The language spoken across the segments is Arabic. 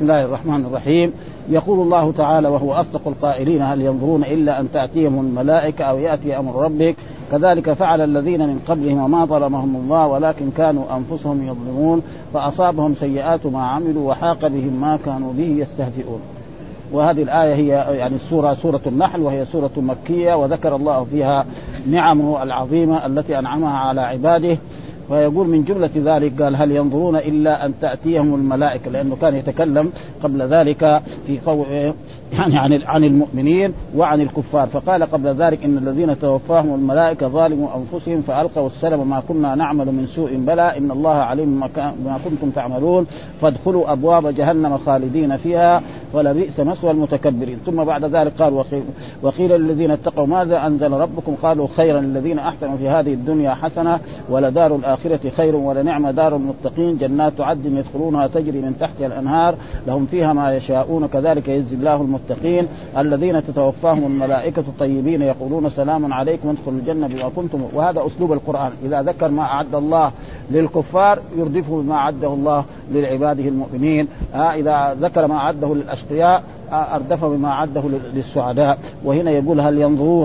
بسم الله الرحمن الرحيم. يقول الله تعالى وهو أصدق القائلين: هل ينظرون إلا أن تأتيهم الملائكة أو يأتي أمر ربك كذلك فعل الذين من قبلهم وما ظلمهم الله ولكن كانوا أنفسهم يظلمون فأصابهم سيئات ما عملوا وحاق بهم ما كانوا به يستهزئون. وهذه الآية هي يعني سورة النحل، وهي سورة مكية، وذكر الله فيها نعمه العظيمة التي أنعمها على عباده. ويقول من جملة ذلك قال: هل ينظرون إلا أن تأتيهم الملائكة، لأنه كان يتكلم قبل ذلك في يعني عن المؤمنين وعن الكفار، فقال قبل ذلك: إن الذين توفاهم الملائكة ظالموا أنفسهم فألقوا السلم ما كنا نعمل من سوء بلى إن الله عليم ما كنتم تعملون فادخلوا أبواب جهنم خالدين فيها ولبئس مثوى المتكبرين. ثم بعد ذلك قال: وقيل للذين اتقوا ماذا أنزل ربكم قالوا خيرا للذين أحسنوا في هذه الدنيا حسنة ولدار الآخرة خير ولنعم دار المتقين جنات عدن يدخلونها تجري من تحتها الأنهار لهم فيها ما يشاءون كذلك يجزي الله المتقين الذين تتوفاهم الملائكة طيبين يقولون سلام عليكم ادخلوا الجنة بما كنتم. وهذا أسلوب القرآن، إذا ذكر ما أعد الله للكفار يردفه بما أعده الله للعباده المؤمنين، إذا ذكر ما أعده للأشقياء أردفه بما أعده للسعداء. وهنا يقول: هل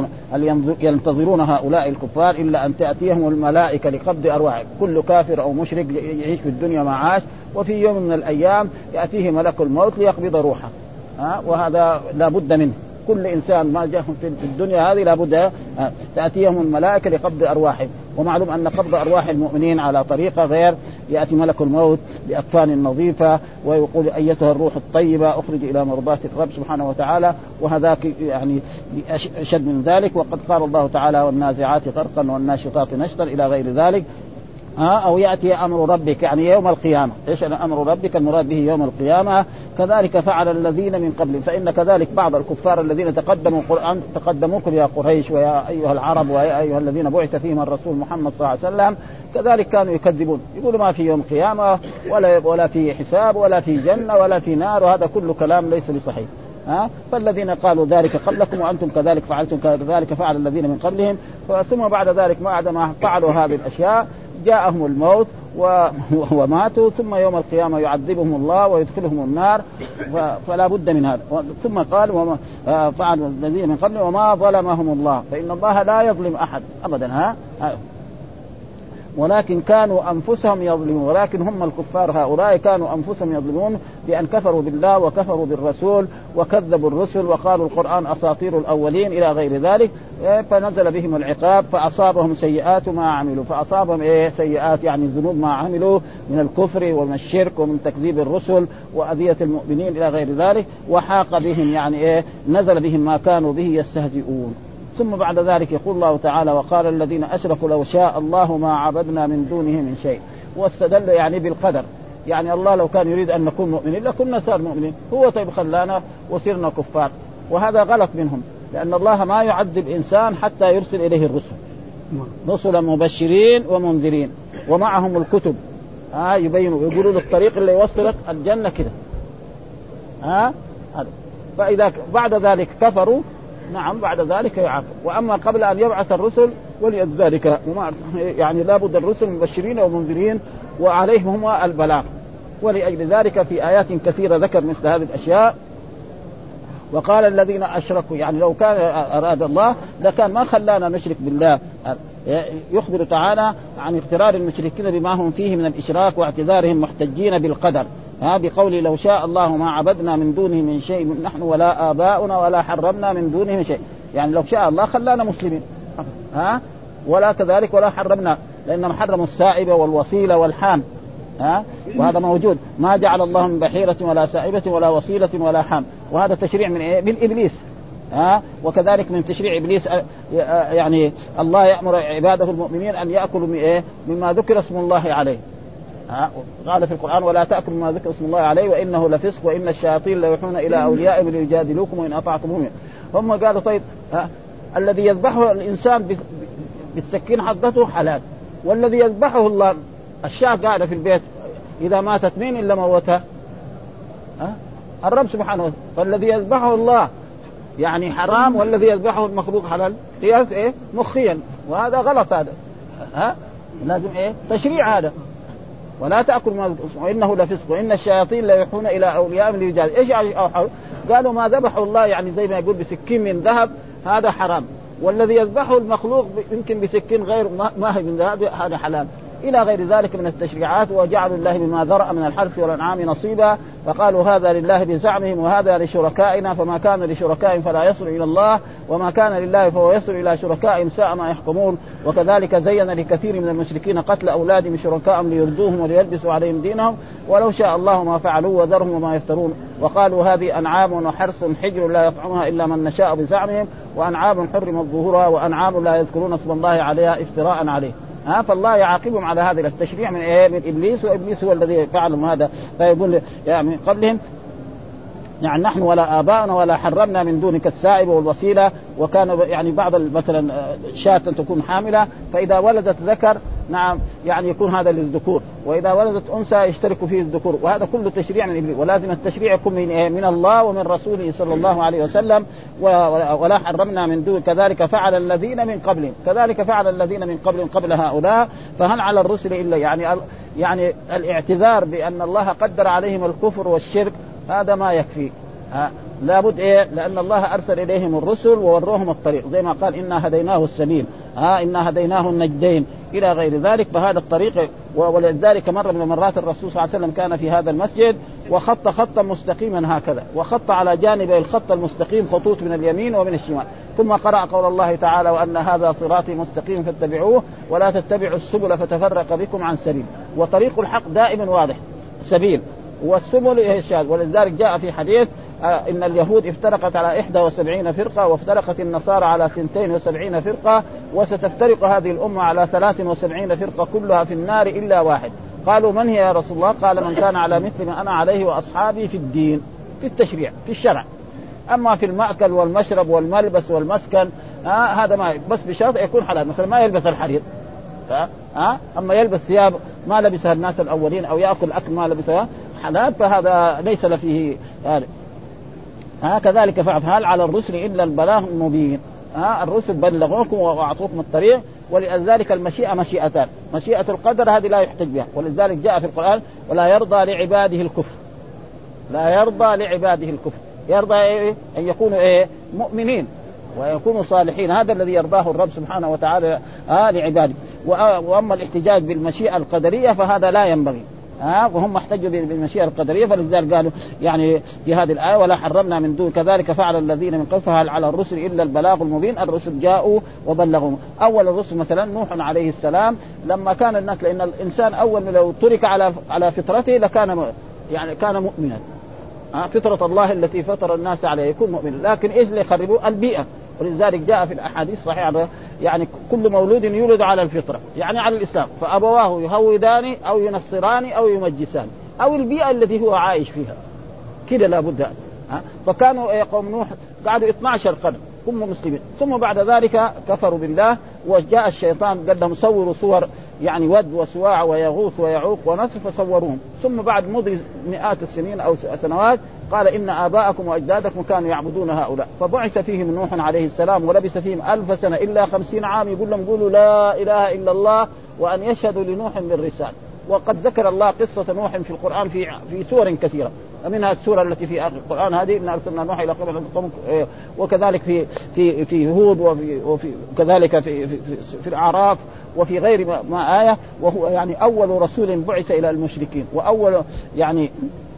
ينتظرون هؤلاء الكفار إلا أن تأتيهم الملائكة لقبض أرواحهم. كل كافر أو مشرك يعيش في الدنيا ما عاش، وفي يوم من الأيام يأتيه ملك الموت ليقبض روحه، وهذا لا بد منه. كل إنسان ما جاء في الدنيا هذه لا بد تأتيهم الملائكة لقبض أرواحهم. ومعلوم أن قبض أرواح المؤمنين على طريقة غير، يأتي ملك الموت بأكفان نظيفة ويقول: أيتها الروح الطيبة أخرج إلى مرضاة الرب سبحانه وتعالى. وهذاك يعني أشد من ذلك. وقد قال الله تعالى: والنازعات غرقا والناشطات نشطا إلى غير ذلك. أو يأتي أمر ربك يعني يوم القيامة. إيش أمر ربك؟ المراد به يوم القيامة. كذلك فعل الذين من قبل، فإن كذلك بعض الكفار الذين تقدموا القرآن تقدموكم يا قريش ويا أيها العرب ويا أيها الذين بعث فيهم الرسول محمد صلى الله عليه وسلم، كذلك كانوا يكذبون، يقولوا ما في يوم قيامة ولا في حساب ولا في جنة ولا في نار، وهذا كله كلام ليس بصحيح. فالذين قالوا ذلك قبلكم وأنتم كذلك فعلتم كذلك فعل الذين من قبلهم. ثم بعد ذلك بعد ما فعلوا هذه الأشياء جاءهم الموت وماتوا، ثم يوم القيامة يعذبهم الله ويدخلهم النار، فلا بد من هذا. ثم قال: فعل الذين من قبل وما ظلمهم الله، فإن الله لا يظلم أحد أبدا، ولكن كانوا أنفسهم يظلمون. ولكن هم الكفار هؤلاء كانوا أنفسهم يظلمون بأن كفروا بالله وكفروا بالرسول وكذبوا الرسل وقالوا القرآن أساطير الأولين إلى غير ذلك، فنزل بهم العقاب فأصابهم سيئات ما عملوا. فأصابهم سيئات يعني ذنوب ما عملوا من الكفر ومن الشرك ومن تكذيب الرسل وأذية المؤمنين إلى غير ذلك، وحاق بهم يعني نزل بهم ما كانوا به يستهزئون. ثم بعد ذلك يقول الله تعالى: وقال الذين أشركوا لو شاء الله ما عبدنا من دونه من شيء. واستدل يعني بالقدر، يعني الله لو كان يريد أن نكون مؤمنين لكنا صار مؤمنين، هو طيب خلانا وصرنا كفار. وهذا غلط منهم، لأن الله ما يعذب إنسان حتى يرسل إليه الرسل، رسلا مبشرين ومنذرين ومعهم الكتب يبينوا ويقولوا له الطريق اللي يوصلك الجنة كده. فإذا بعد ذلك كفروا نعم بعد ذلك يعاقب. وأما قبل أن يبعث الرسل ولذلك يعني لابد الرسل مبشرين ومنذرين وعليهم هم البلاغ. ولأجل ذلك في آيات كثيرة ذكر مثل هذه الأشياء. وقال الذين أشركوا، يعني لو كان أراد الله لكان ما خلانا نشرك بالله. يخبر تعالى عن اقترار المشركين بما هم فيه من الإشراك واعتذارهم محتجين بالقدر، بقول لو شاء الله ما عبدنا من دونه من شيء نحن ولا آباؤنا ولا حرمنا من دونه من شيء. يعني لو شاء الله خلانا مسلمين، ولا كذلك ولا حرمنا، لأنهم حرموا السائبة والوصيلة والحام، وهذا موجود. ما جعل الله من بحيرة ولا سائبة ولا وصيلة ولا حام، وهذا تشريع من من إبليس. وكذلك من تشريع إبليس يعني الله يأمر عباده المؤمنين أن يأكلوا مما ذكر اسم الله عليه. قال في القرآن: ولا تأكلوا مما ذكر اسم الله عليه وإنه لفسق وإن الشياطين ليوحون إلى أوليائهم ليجادلوكم وإن أطعتموهم. هم قالوا طيب الذي يذبحه الإنسان بالسكين حقته حلال، والذي يذبحه الله الشاة قاعدة في البيت إذا ماتت مين إلا موتها؟ الرب سبحانه وتعالى. فالذي يذبحه الله يعني حرام، والذي يذبحه المخلوق حلال. قياس مخيا، وهذا غلط. هذا لازم تشريع هذا. ولا تأكل ما وإنه لفسق وإن الشياطين لا يوحون إلى أوليائهم ليجادلوا. إيش أوحوا؟ قالوا ما ذبحوا الله يعني زي ما يقول بسكين من ذهب هذا حرام، والذي يذبحه المخلوق يمكن بسكين غير ما هي من ذهب هذا حلال، إلى غير ذلك من التشريعات. وجعلوا الله بما ذرأ من الحرث والأنعام نصيبا فقالوا هذا لله بزعمهم وهذا لشركائنا، فما كان لشركائهم فلا يصل إلى الله وما كان لله فهو يصل إلى شركائهم ساء ما يحكمون. وكذلك زين لكثير من المشركين قتل أولادهم شركائهم ليردوهم وليلبسوا عليهم دينهم ولو شاء الله ما فعلوا وذرهم وما يفترون. وقالوا هذه أنعام وحرث حجر لا يطعمها إلا من نشاء بزعمهم وأنعام حرمت ظهورها وأنعام لا يذكرون اسم الله عليها افتراء عليه. فالله يعاقبهم على هذا التشريع من من إبليس، وإبليس هو الذي فعلهم هذا. فيقول يعني من قبلهم يعني نحن ولا آباؤنا ولا حرمنا من دونك السائب والوسيلة. وكان يعني بعض مثلا شاة تكون حاملة فإذا ولدت ذكر نعم يعني يكون هذا للذكور، وإذا ولدت أنثى يشترك فيه الذكور، وهذا كله تشريع من إبليس. ولازم التشريع يكون من الله ومن رسوله صلى الله عليه وسلم. ولا حرمنا من دون كذلك فعل الذين من قبلهم، كذلك فعل الذين من قبلهم قبل هؤلاء. فهل على الرسل إلا يعني الاعتذار بأن الله قدر عليهم الكفر والشرك هذا ما يكفي. لابد لأن الله أرسل إليهم الرسل ووروهم الطريق زي ما قال إنا هديناه السبيل إنا هديناه النجدين إلى غير ذلك. فهذا الطريق. ولذلك مرة من المرات الرسول صلى الله عليه وسلم كان في هذا المسجد وخط خطا مستقيما هكذا، وخط على جانبي الخط المستقيم خطوط من اليمين ومن الشمال، ثم قرأ قول الله تعالى وأن هذا صراطي مستقيم فاتبعوه ولا تتبعوا السبل فتفرق بكم عن سبيل. وطريق الحق دائما واضح سبيل، والسبل إرشاد. ولذلك جاء في حديث إن اليهود افترقت على 71 فرقة وافترقت النصارى على 72 فرقة وستفترق هذه الأمة على 73 فرقة كلها في النار إلا واحد. قالوا من هي يا رسول الله؟ قال من كان على مثل ما أنا عليه وأصحابي في الدين، في التشريع في الشرع. أما في المأكل والمشرب والملبس والمسكن هذا ما بس بشرط يكون حلال، مثلا ما يلبس الحرير أما يلبس ثياب ما لبسها الناس الأولين أو يأكل أكل ما لبسها حلال فهذا ليس له فيه كذلك فعل على الرسل إلا البلاغ المبين. الرسل بلغوكم وأعطوكم الطريق. ولذلك المشيئة مشيئتان، مشيئة القدر هذه لا يحتج بها، ولذلك جاء في القرآن ولا يرضى لعباده الكفر، لا يرضى لعباده الكفر، يرضى أن يكونوا مؤمنين ويكونوا صالحين، هذا الذي يرضاه الرب سبحانه وتعالى لعباده. وأما الاحتجاج بالمشيئة القدرية فهذا لا ينبغي. وهم احتجوا بالمشيئة القدرية، فلذلك قالوا يعني في هذه الآية ولا حرمنا من دون كذلك فعل الذين من قبل. فهل على الرسل إلا البلاغ المبين. الرسل جاءوا وبلغوا. أول الرسل مثلا نوح عليه السلام لما كان الناس، لأن الإنسان أول لو ترك على فطرته لكان يعني كان مؤمنا، فطرة الله التي فطر الناس عليها يكون مؤمن. لكن إيش اللي يخربوا؟ البيئة. ولذلك جاء في الأحاديث الصحيحة يعني كل مولود يولد على الفطرة يعني على الإسلام، فأبواه يهودان أو ينصران أو يمجسان أو البيئة التي هو عايش فيها كده لابد. فكانوا قوم نوح قعدوا 12 قرن هم مسلمين، ثم بعد ذلك كفروا بالله وجاء الشيطان قال لهم صوروا صور يعني ود وسواع ويغوث ويعوق ونصر فصوروهم. ثم بعد مضي مئات السنين أو سنوات قال إن آباءكم وأجدادكم كانوا يعبدون هؤلاء، فبعث فيهم نوح عليه السلام ولبث فيهم 1000 سنة إلا 50 عام يقول لهم قولوا لا إله إلا الله وأن يشهدوا لنوح بالرسالة. وقد ذكر الله قصة نوح في القرآن في سور كثيرة، منها السورة التي في آخر القرآن هذه إن أرسلنا نوح إلى قوم، وكذلك في هود وكذلك في الأعراف وفي غير ما آية. وهو يعني أول رسول بعث إلى المشركين، وأول يعني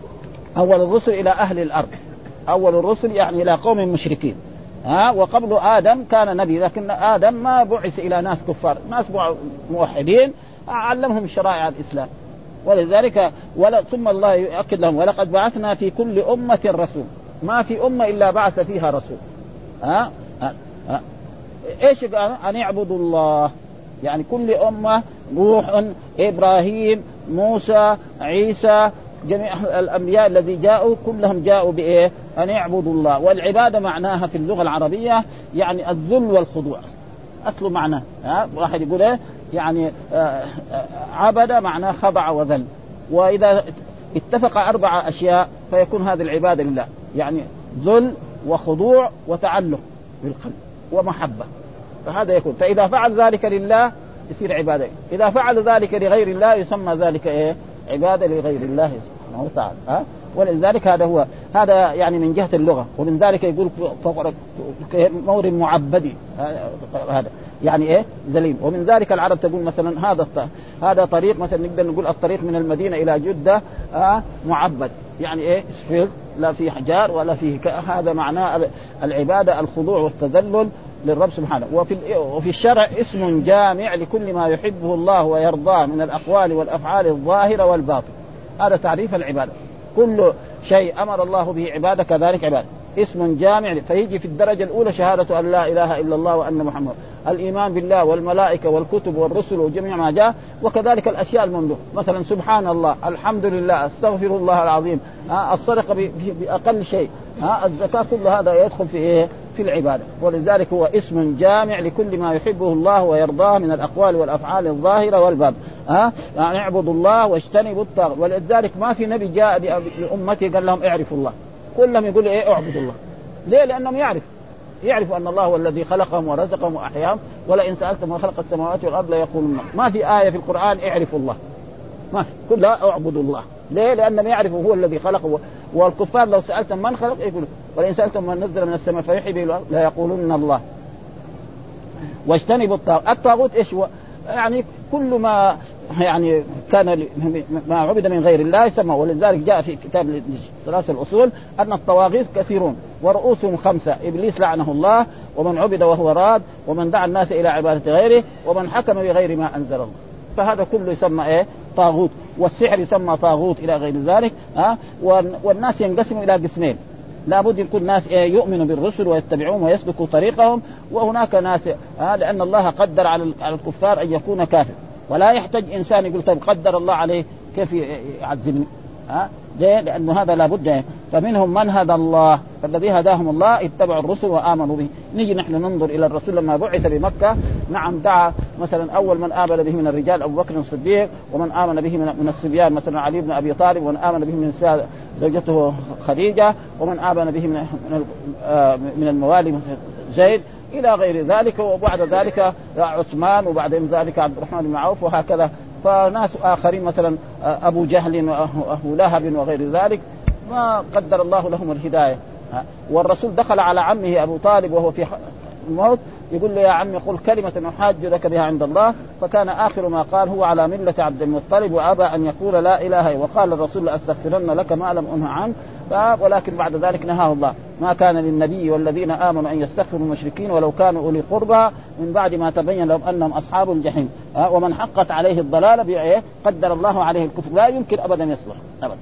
أول الرسل إلى أهل الأرض، أول الرسل يعني إلى قوم مشركين. وقبل آدم كان نبي، لكن آدم ما بعث إلى ناس كفار، ناس موحدين علمهم شرائع الإسلام. ولذلك ثم الله يؤكد لهم ولقد بعثنا في كل أمة رسول، ما في أمة إلا بعث فيها رسول. إيش قال؟ أن يعبدوا الله. يعني كل أمة نوح إبراهيم موسى عيسى جميع الأنبياء الذي جاءوا كلهم جاءوا بإيه؟ أن يعبدوا الله. والعبادة معناها في اللغة العربية يعني الذل والخضوع، أصله معناه. واحد يقول إيه؟ يعني عبد معناه خضع وذل. وإذا اتفق 4 أشياء فيكون هذه العبادة لله، يعني ذل وخضوع وتعلق بالقلب ومحبة، فهذا يكون. فإذا فعل ذلك لله يصير عبادة، إذا فعل ذلك لغير الله يسمى ذلك إيه؟ عبادة لغير الله سبحانه وتعالى. ولذلك هذا يعني من جهة اللغة. ومن ذلك يقول مور معبدي، هذا يعني إيه ذليل. ومن ذلك العرب تقول مثلا هذا طريق، مثلا نقدر نقول الطريق من المدينة إلى جدة معبد، يعني إيه اسفل لا فيه حجار ولا فيه هذا معناه العبادة الخضوع والتذلل للرب سبحانه. وفي الشرع اسم جامع لكل ما يحبه الله ويرضاه من الأقوال والأفعال الظاهرة والباطن. هذا تعريف العبادة، كل شيء أمر الله به عبادة كذلك عبادة. اسم جامع، فيجي في الدرجة الأولى شهادة أن لا إله إلا الله وأن محمد، الإيمان بالله والملائكة والكتب والرسل وجميع ما جاء، وكذلك الأشياء الممدوحة، مثلا سبحان الله، الحمد لله، استغفر الله العظيم، الصدقة بأقل شيء، الزكاة، كل هذا يدخل في العبادة. ولذلك هو اسم جامع لكل ما يحبه الله ويرضاه من الأقوال والأفعال الظاهرة والباطنة. يعني اعبدوا الله واجتنبوا الطاغوت. ولذلك ما في نبي جاء لأمته قال لهم اعرفوا الله، كلهم يقولوا اعبدوا الله. ليه؟ لأنهم يعرفوا أن الله هو الذي خلقهم ورزقهم وأحياهم، ولئن سألتم من خلق السماوات والأرض ليقولون. ما في آية في القرآن اعرفوا الله، ما في، كلها اعبدوا الله. ليه؟ لأنهم يعرفوا هو الذي خلقه. والكفار لو سألتم من خلق يقولوا، ولئن سألتم من نزل من السماء فيحيي به الأرض لا يقولون الله. واجتنبوا الطاغوت. الطاغوت ايش هو؟ يعني كل ما يعني كان ما عبد من غير الله يسمى. ولذلك جاء في كتاب ثلاث الأصول أن الطواغيت كثيرون ورؤوسهم 5: إبليس لعنه الله، ومن عبد وهو راد، ومن دعا الناس إلى عبادة غيره، ومن حكم بغير ما أنزل الله. فهذا كله يسمى طاغوت. والسحر يسمى طاغوت إلى غير ذلك. والناس ينقسموا إلى قسمين: لابد يكون ناس يؤمنوا بالرسل ويتبعون ويسلكوا طريقهم، وهناك ناس لأن الله قدر على الكفار أن يكون كافر، ولا يحتاج إنسان يقول طيب قدر الله عليه كيف يعذبني، لأنه هذا لابد. فمنهم من هدى الله، فالذي هداهم الله اتبعوا الرسل وآمنوا به. نيجي نحن ننظر إلى الرسول لما بعث بمكة، نعم دعا مثلا أول من آمن به من الرجال أبو بكر الصديق، ومن آمن به من الصبيان مثلا علي بن أبي طالب، ومن آمن به من زوجته خديجة، ومن آمن به من الموالي زيد إلى غير ذلك. وبعد ذلك عثمان، وبعد ذلك عبد الرحمن بن عوف، وهكذا. فناس آخرين مثلا أبو جهل وأبو لهب وغير ذلك ما قدر الله لهم الهداية. والرسول دخل على عمه أبو طالب وهو في الموت، يقول له يا عمي قل كلمة أحاج لك بها عند الله، فكان آخر ما قال هو على ملة عبد المطلب، وأبى أن يقول لا إله. وقال الرسول لأستغفرن لك ما لم أنه عنه، ولكن بعد ذلك نهاه الله: ما كان للنبي والذين آمنوا أن يستغفروا المشركين ولو كانوا أولي قربى من بعد ما تبين لهم أنهم أصحاب الجحيم. ومن حقت عليه الضلالة قدر الله عليه الكفر، لا يمكن أبدا يصلح أبدا.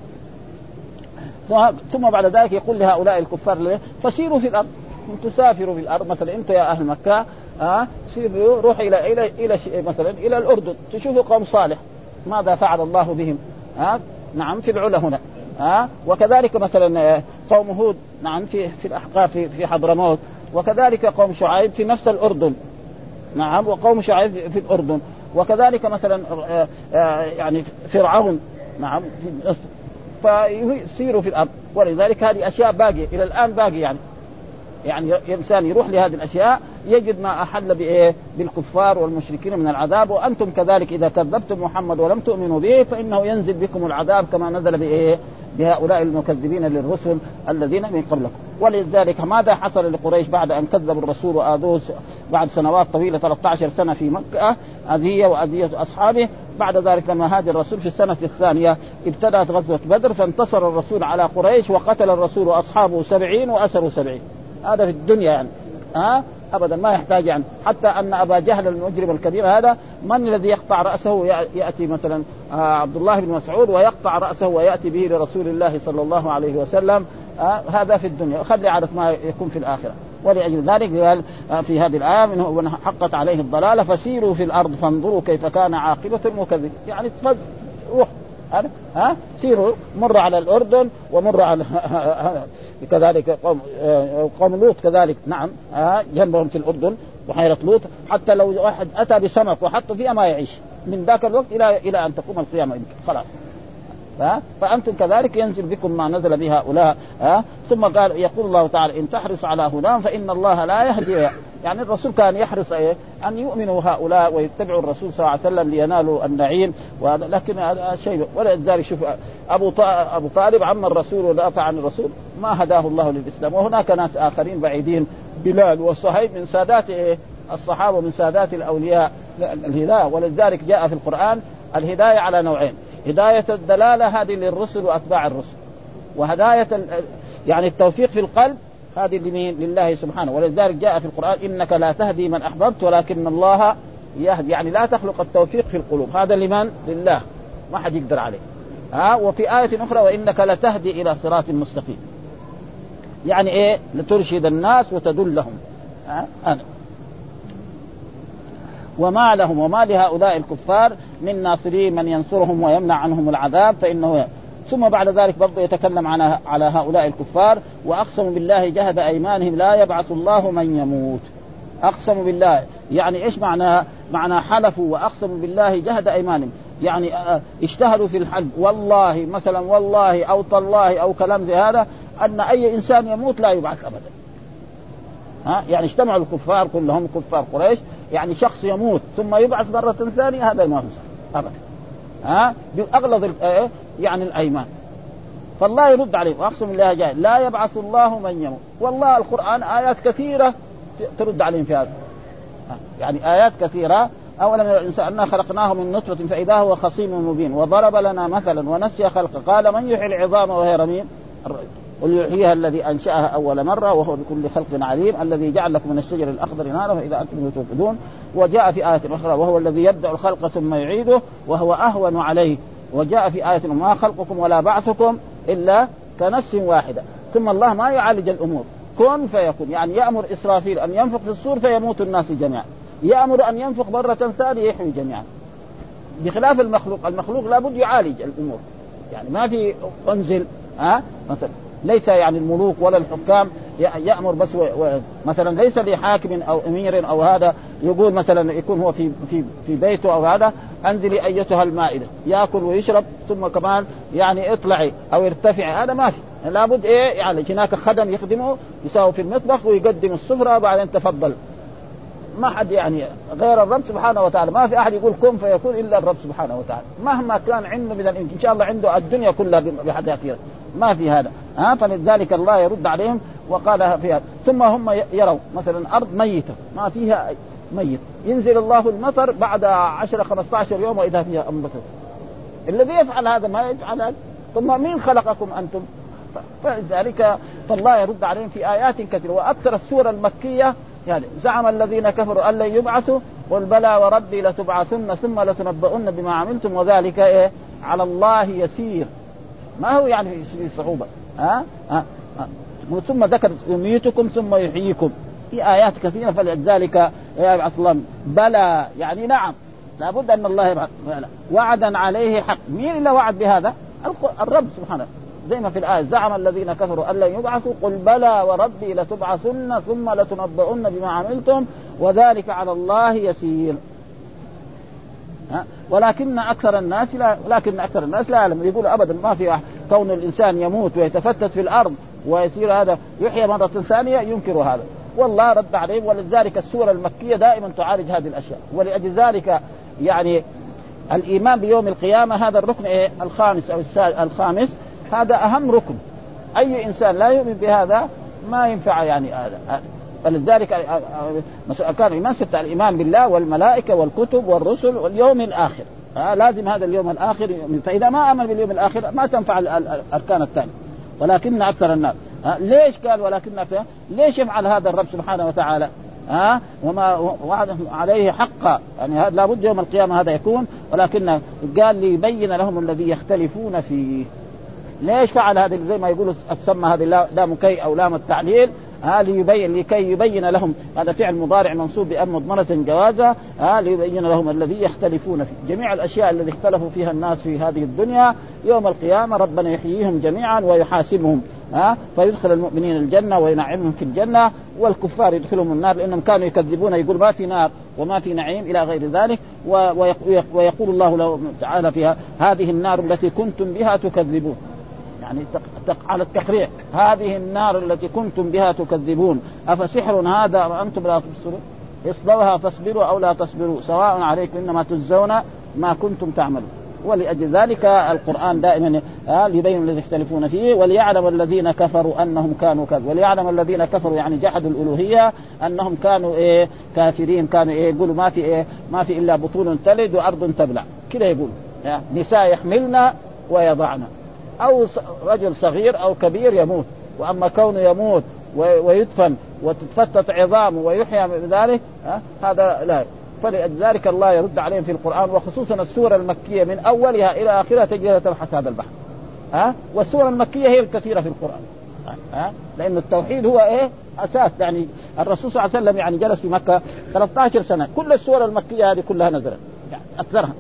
ثم بعد ذلك يقول لهؤلاء الكفار فسيروا في الأرض، تسافروا في الأرض. مثلا أنت يا أهل مكة سيروا، روح إلى مثلا إلى الأردن، تشوفوا قوم صالح ماذا فعل الله بهم. نعم في العلا هنا. وكذلك مثلا قوم هود، نعم في الأحقاف في حضرموت، وكذلك قوم شعيب في نفس الأردن، نعم، وقوم شعيب في الأردن، وكذلك مثلا يعني فرعون، نعم، في مصر. فيسيروا في الأرض. ولذلك هذه أشياء باقية إلى الآن باقية. يعني إنسان يروح لهذه الأشياء يجد ما أحل بالكفار والمشركين من العذاب. وأنتم كذلك إذا كذبتم محمد ولم تؤمنوا به فإنه ينزل بكم العذاب كما نزل بهؤلاء المكذبين للرسل الذين من قبلكم. ولذلك ماذا حصل لقريش بعد أن كذبوا الرسول وآذوه بعد سنوات طويلة 13 سنة في مكة، أذية وأذية أصحابه؟ بعد ذلك لما هاجر الرسول في السنة الثانية ابتدأت غزوة بدر، فانتصر الرسول على قريش، وقتل الرسول وأصحابه 70 وأسروا 70. هذا في الدنيا يعني أبدا ما يحتاج يعني. حتى أن أبا جهل المجرم الكبير هذا من الذي يقطع رأسه؟ يأتي مثلا عبد الله بن مسعود ويقطع رأسه ويأتي به لرسول الله صلى الله عليه وسلم. هذا في الدنيا، خلي عادة ما يكون في الآخرة. ولأجل ذلك قال في هذه الآية من حقت عليه الضلالة فسيروا في الأرض فانظروا كيف كان عاقبة المكذب. يعني روح سيروا، مر على الأردن ومر على كذلك قوم لوط كذلك، نعم، جنبهم في الأردن بحيرة لوط. حتى لو واحد أتى بسمك وحطه فيها ما يعيش من ذاك الوقت إلى أن تقوم القيامة خلاص. فأنتم كذلك ينزل بكم ما نزل بهؤلاء. ثم قال يقول الله تعالى إن تحرص على هداهم فإن الله لا يهدي. يعني الرسول كان يحرص أن يؤمنوا هؤلاء ويتبعوا الرسول صلى الله عليه وسلم لينالوا النعيم، لكن هذا شيء. ولذلك شوف أبو طالب عم الرسول ودافع عن الرسول ما هداه الله للإسلام. وهناك ناس آخرين بعيدين، بلال وصهيب من سادات الصحابة من سادات الأولياء الهداية. ولذلك جاء في القرآن الهداية على نوعين: هداية الدلالة هذه للرسل وأتباع الرسل، وهداية يعني التوفيق في القلب هذه لمين؟ لله سبحانه. ولذلك جاء في القرآن إنك لا تهدي من أحببت ولكن الله يهدي، يعني لا تخلق التوفيق في القلوب، هذا لمن؟ لله، ما حد يقدر عليه. وفي آية أخرى وإنك لا تهدي إلى صراط مستقيم، يعني إيه؟ لترشد الناس وتدلهم. أنا وما لهم وما لهؤلاء الكفار من ناصرين من ينصرهم ويمنع عنهم العذاب فإنه. ثم بعد ذلك برضه يتكلم على هؤلاء الكفار: وأقسموا بالله جهد أيمانهم لا يبعث الله من يموت. أقسموا بالله يعني إيش معنى حلفوا وأقسموا بالله جهد أيمانهم، يعني اجتهدوا في الحلف، والله مثلا والله أو تالله أو كلام زي هذا أن أي إنسان يموت لا يبعث أبدا. يعني اجتمعوا الكفار كلهم كفار قريش، يعني شخص يموت ثم يبعث مرة ثانية هذا ما هو أبدا. بأغلظ يعني الأيمان. فالله يرد عليه: وأقسم بالله جاهد لا يبعث الله من يموت. والله القرآن آيات كثيرة ترد عليهم في هذا، يعني آيات كثيرة. أولم يرى الإنسان أنا خلقناه من نطفة فإذا هو خصيم مبين وضرب لنا مثلا ونسي خلقه قال من يحيي العظام وهي رميم قل يحييها الذي أنشأها أول مرة وهو بكل خلق عليم الذي جعل لكم من الشجر الأخضر نارا فإذا أنتم توقدون. وجاء في آية أخرى وهو الذي يبدأ الخلق ثم يعيده وهو أهون عليه. وجاء في آية ما خلقكم ولا بعثكم إلا كنفس واحدة. ثم الله ما يعالج الأمور، كن فيكون، يعني يأمر إسرافيل أن ينفخ في الصور فيموت الناس جميعا، يأمر أن ينفخ مرة ثانية يحيي جميعا. بخلاف المخلوق لابد يعالج الأمور، يعني ما في أنزل مثلا ليس يعني الملوك ولا الحكام يأمر بس مثلا ليس لحاكم أو أمير أو هذا يقول مثلا يكون هو في بيته أو هذا أنزلي أيتها المائدة يأكل ويشرب ثم كمان يعني اطلعي أو ارتفعي، هذا ما في. لابد يعني هناك خدم يخدمه يساوي في المطبخ ويقدم السفرة بعدين تفضل. ما حد يعني غير الرب سبحانه وتعالى، ما في أحد يقول كن فيكون إلا الرب سبحانه وتعالى مهما كان عنده من إن شاء الله عنده الدنيا كلها بحذافيرها، ما في هذا. فلذلك الله يرد عليهم وقال فيها. ثم هم يروا مثلا أرض ميتة ما فيها ميت، ينزل الله المطر بعد 10-15 يوم وإذا فيها أنبتت. الذي يفعل هذا ما يفعل هذا، ثم مين خلقكم أنتم؟ فلذلك فالله يرد عليهم في آيات كثيرة. وأكثر السور المكية يعني زعم الذين كفروا أن لن يبعثوا قل بلى وربي لتبعثن ثم لتنبؤن بما عملتم وذلك على الله يسير، ما هو يعني في صعوبة. ثم ذكر يميتكم ثم يحييكم في آيات كثيرة. فلذلك يبعث الله بلى يعني نعم لابد أن الله يبعث، وعدا عليه حق. مين اللي وعد بهذا؟ الرب سبحانه، زي ما في الآية زعم الذين كفروا أن لن يبعثوا قل بلى وربي لتبعثن ثم لتنبؤن بما عملتم وذلك على الله يسير. ولكن أكثر الناس لا يعلم. يقول أبدا ما في كون الإنسان يموت ويتفتت في الأرض ويصير هذا يحيى مرة ثانية ينكر هذا، والله رد عليهم. ولذلك السورة المكية دائما تعالج هذه الأشياء. ولأجل ذلك يعني الإيمان بيوم القيامة هذا الركن الخامس أو الخامس، هذا أهم ركن. أي إنسان لا يؤمن بهذا ما ينفع يعني هذا. فلذلك كان الإيمان ستة: الإيمان بالله والملائكة والكتب والرسل واليوم الآخر. لازم هذا اليوم الآخر. فإذا ما آمن باليوم الآخر ما تنفع الأركان الثانية. ولكن أكثر الناس ليش قال ولكن أكثر؟ ليش يفعل هذا الرب سبحانه وتعالى؟ وما وعد عليه حقا، يعني هذا لابد يوم القيامة هذا يكون. ولكن قال ليبين لهم الذي يختلفون فيه. ليش فعل هذا؟ زي ما يقولوا تسمى هذه لام كي أو لام التعليل، لكي يبين لهم. هذا فعل مضارع منصوب بأن مضمرة جوازا، ليبين لهم الذي يختلفون فيه. جميع الأشياء التي اختلفوا فيها الناس في هذه الدنيا يوم القيامة ربنا يحييهم جميعا ويحاسبهم. فيدخل المؤمنين الجنة وينعمهم في الجنة، والكفار يدخلهم النار لأنهم كانوا يكذبون، يقول ما في نار وما في نعيم إلى غير ذلك. ويقول الله تعالى فيها هذه النار التي كنتم بها تكذبون، يعني على التقريع، هذه النار التي كنتم بها تكذبون أفسحر هذا وأنتم لا تبصرون اصلوها فاصبروا أو لا تصبروا سواء عليكم إنما تجزون ما كنتم تعملون. ولأجل ذلك القرآن دائما يبين الذي يختلفون فيه، وليعلم الذين كفروا أنهم كانوا كذب، وليعلم الذين كفروا يعني جحدوا الألوهية أنهم كانوا كافرين، كانوا يقولوا ما في إلا بطون تلد وأرض تبلع، كده يقول نساء يحملن ويضعن، أو رجل صغير أو كبير يموت، وأما كونه يموت ويدفن وتتفتت عظامه ويحيى بذلك هذا لا. فلذلك الله يرد عليهم في القرآن، وخصوصا السورة المكية من أولها إلى آخرها تجد تبحث هذا البحث. والسورة المكية هي الكثيرة في القرآن، لأن التوحيد هو أساس. يعني الرسول صلى الله عليه وسلم يعني جلس في مكة 13 سنة، كل السورة المكية هذه كلها نزلت يعني أكثرها،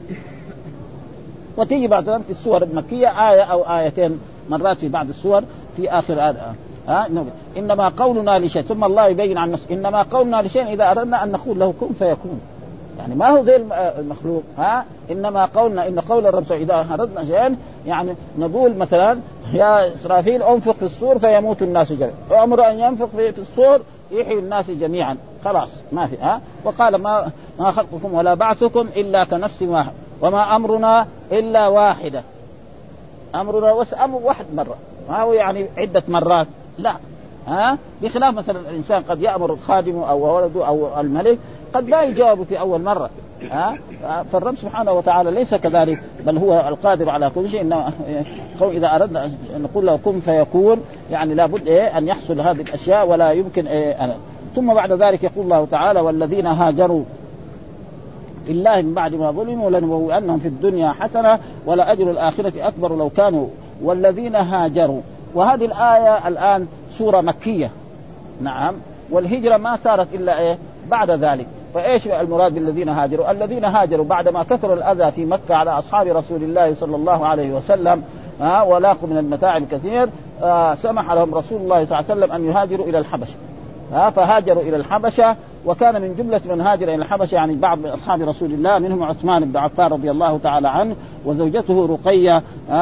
وتيجي بعد ذلك السور المكية آية أو آيتين مرات في بعض السور في آخر إنما قولنا لشيء، ثم الله يبين عن نفسه إنما قولنا لشيء إذا أردنا أن نقول له كن فيكون، يعني ما هو زي المخلوق. إنما قولنا، إن قول الرب إذا أردنا شيئا يعني نقول مثلا يا إسرافيل أنفق في الصور فيموت الناس جميعا، وأمر أن ينفق في الصور يحيي الناس جميعا، خلاص ما في. وقال ما خلقكم ولا بعثكم إلا كنفس واحد وما أمرنا إلا واحدة، أمرنا أمر واحد مرة، ما هو يعني عدة مرات، لا. بخلاف مثلا الإنسان قد يأمر خادمه أو ولده أو الملك قد لا يجاوب في أول مرة. فالرب سبحانه وتعالى ليس كذلك، بل هو القادر على كل شيء. إنما إذا أردنا أن نقول له كن فيكون يعني لابد أن يحصل هذه الأشياء ولا يمكن ثم بعد ذلك يقول الله تعالى والذين هاجروا بالله من بعد ما ظلموا لنبوئنهم في الدنيا حسنة ولأجر الآخرة أكبر لو كانوا والذين هاجروا. وهذه الآية الآن سورة مكية، نعم، والهجرة ما صارت إلا بعد ذلك. فإيش المراد بالذين هاجروا؟ الذين هاجروا بعدما كثر الأذى في مكة على أصحاب رسول الله صلى الله عليه وسلم ولاقوا من المتاع الكثير، سمح لهم رسول الله صلى الله عليه وسلم أن يهاجروا إلى الحبشة. فهاجروا إلى الحبشة، وكان من جملة من هاجر إلى الحبشة يعني بعض من أصحاب رسول الله، منهم عثمان بن عفان رضي الله تعالى عنه، وزوجته رقية،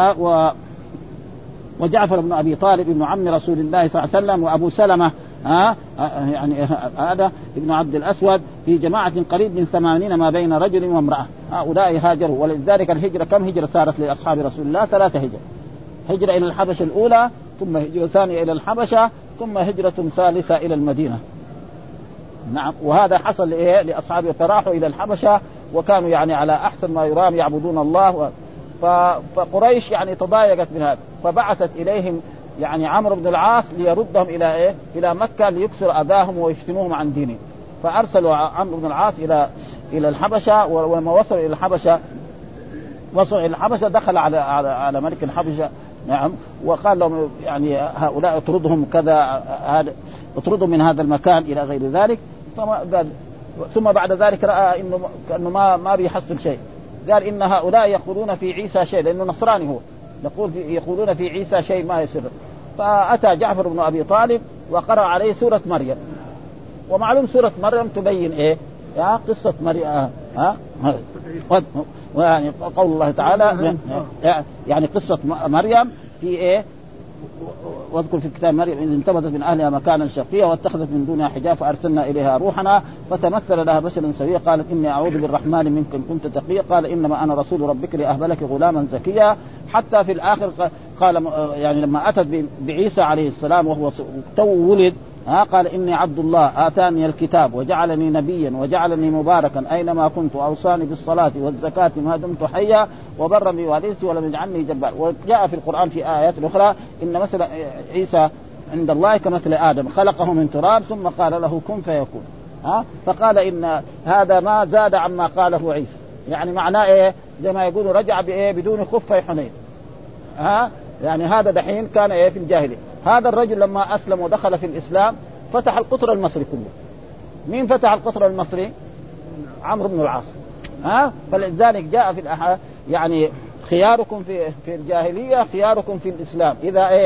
وجعفر بن أبي طالب ابن عم رسول الله صلى الله عليه وسلم، وأبو سلمة يعني هذا ابن عبد الأسود، في جماعة قريب من 80 ما بين رجل وامرأة. هؤلاء هاجروا. ولذلك الهجرة كم هجرة صارت لأصحاب رسول الله؟ 3 هجرة: هجرة إلى الحبشة الأولى، ثم هجرة ثانية إلى الحبشة، ثم هجرة ثالثة إلى المدينة. نعم، وهذا حصل لأصحابه، فراحوا إلى الحبشة وكانوا يعني على أحسن ما يرام يعبدون الله. فقريش يعني تضايقت من هذا، فبعثت إليهم يعني عمرو بن العاص ليردهم إلى مكة ليكسر أذاهم ويفتنوهم عن دينهم. فأرسلوا عمرو بن العاص إلى الحبشة، ولما وصل إلى الحبشة دخل على ملك الحبشة، نعم، وقال لهم يعني هؤلاء اطردهم كذا، اطردهم من هذا المكان إلى غير ذلك. ثم بعد ذلك رأى إنه ما بيحصل شيء، قال إن هؤلاء يقولون في عيسى شيء، لأنه نصراني هو، يقولون في عيسى شيء ما يسر. فأتى جعفر بن أبي طالب وقرأ عليه سورة مريم. ومعلوم سورة مريم تبين قصة مريم، يعني قول الله تعالى يعني قصة مريم في واذكر في الكتاب مريم إذ انتبذت من أهلها مكانا شرقيا واتخذت من دونها حجاب فأرسلنا إليها روحنا فتمثل لها بشرا سويا قالت إني أعوذ بالرحمن منك إن كنت تقيا قال إنما أنا رسول ربك لأهب لك غلاما زكيا. حتى في الآخر قال يعني لما أتت بعيسى عليه السلام وهو تو ولد قال إني عبد الله آتاني الكتاب وجعلني نبيا وجعلني مباركا أينما كنت وأوصاني بالصلاة والزكاة ما دمت حيا وبرا بوالدتي ولم يجعلني جبار. وجاء في القرآن في آيات أخرى إن مثل عيسى عند الله كمثل آدم خلقه من تراب ثم قال له كن فيكون. فقال إن هذا ما زاد عما قاله عيسى، يعني معناه زي ما يقولوا رجع بدون خف حنين. يعني هذا دحين كان في الجاهلية. هذا الرجل لما أسلم ودخل في الإسلام فتح القطر المصري كله. مين فتح القطر المصري؟ عمرو بن العاص. فلذلك جاء في يعني خياركم في الجاهلية خياركم في الإسلام إذا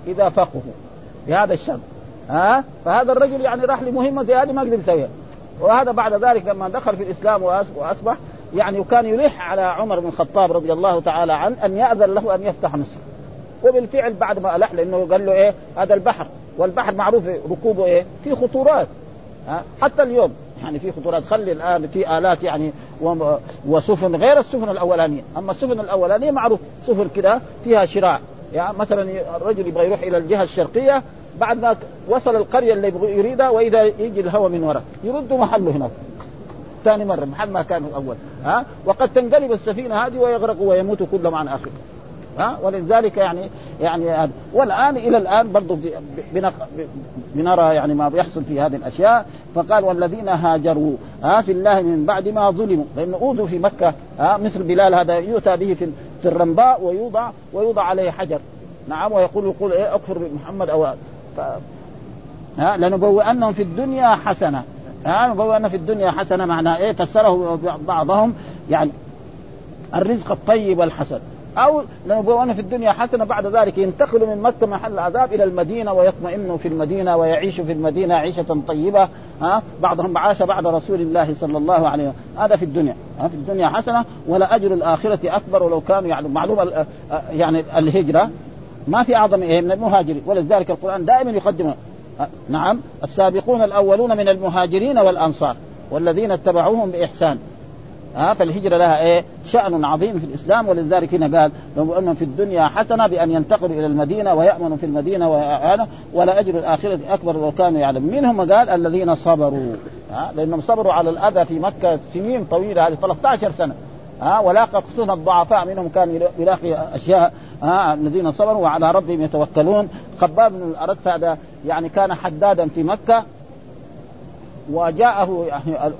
إذا فقهوا بهذا الشرط. فهذا الرجل يعني راح لمهمة زي هذه ما قدر يسويها. وهذا بعد ذلك لما دخل في الإسلام وأصبح يعني وكان يلح على عمر بن الخطاب رضي الله تعالى عنه أن يأذن له أن يفتح مصر. وبالفعل بعد ما ألح لأنه قال له إيه هذا البحر، والبحر معروف ركوبه إيه في خطورات. حتى اليوم يعني في خطورات. خلي الآن في آلات يعني وسفن غير السفن الأولانية. أما السفن الأولانية معروف سفن كده فيها شراع، يعني مثلا الرجل يبغى يروح إلى الجهة الشرقية، بعد ما وصل القرية اللي يريدها وإذا يجي الهواء من وراء يرد محله هناك ثاني مرة محل ما كان الأول. وقد تنقلب السفينة هذه ويغرق ويموت كلهم عن آخر. ولذلك يعني والآن إلى الآن برضو بنرى يعني ما بيحصل في هذه الأشياء. فقال والذين هاجروا في الله من بعد ما ظلموا، لأنه أوذوا في مكة مثل بلال هذا يؤتى به في الرنباء ويوضع عليه حجر. نعم. ويقول إيه أكفر بمحمد أو لنبوئنهم في الدنيا حسنة. نبوئن في الدنيا حسنة معناه إيه؟ فسره بعضهم يعني الرزق الطيب والحسن، أو لنبوئن في الدنيا حسنة بعد ذلك ينتقل من مكة محل العذاب إلى المدينة ويطمئن في المدينة ويعيش في المدينة عيشة طيبة. بعضهم عاش بعد رسول الله صلى الله عليه وسلم. هذا في الدنيا. في الدنيا حسنة ولا أجر الآخرة أكبر ولو كانوا يعني معلوم يعني الهجرة ما في أعظم إيه من المهاجرين، ولذلك القرآن دائما يقدم نعم السابقون الأولون من المهاجرين والأنصار والذين اتبعوهم بإحسان. فالهجرة لها إيه شأن عظيم في الإسلام. ولذلك هنا قال لو أنهم في الدنيا حسنة بأن ينتقلوا إلى المدينة ويأمنوا في المدينة ولا أجر الآخرة أكبر لو كانوا يعلم. منهم قال الذين صبروا، لأنهم صبروا على الأذى في مكة سنين طويلة، هذه 13 سنة. ولاقى خصوصا الضعفاء منهم كان يلاقي أشياء. الذين صبروا وعلى ربهم يتوكلون. خباب بن الأرت هذا يعني كان حدادا في مكة، وجاءه يعني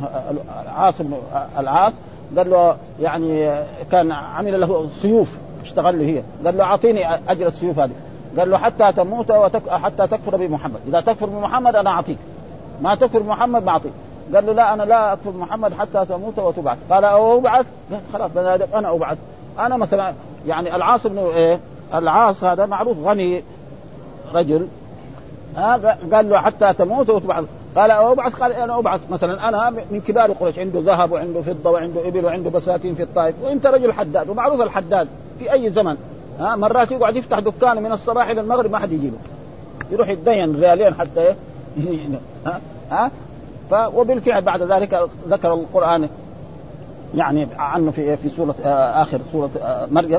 العاص قال له يعني كان عمل له سيوف اشتغل له هي، قال له أعطيني أجر السيوف هذه. قال له حتى تموت حتى تكفر بمحمد، إذا تكفر بمحمد أنا أعطيك، ما تكفر بمحمد ما أعطيك. قال له لا أنا لا أكفر بمحمد حتى تموت وتبعث. قال أو أبعث؟ خلاص أنا أبعث. أنا مثلا يعني العاص بن إيه العاص هذا معروف غني رجل. قال له حتى تموت وتبعث. قال أبعث؟ قال أنا أبعث. مثلا أنا من كبار قريش، عنده ذهب وعنده فضة وعنده إبل وعنده بساتين في الطائف، وأنت رجل حداد ومعروف الحداد في أي زمن مرات يقعد يفتح دكان من الصباح إلى المغرب ما حد يجيبه، يروح يتدين ريالين حتى وبالفعل بعد ذلك ذكر القرآن يعني عنه في سورة آخر سورة مريم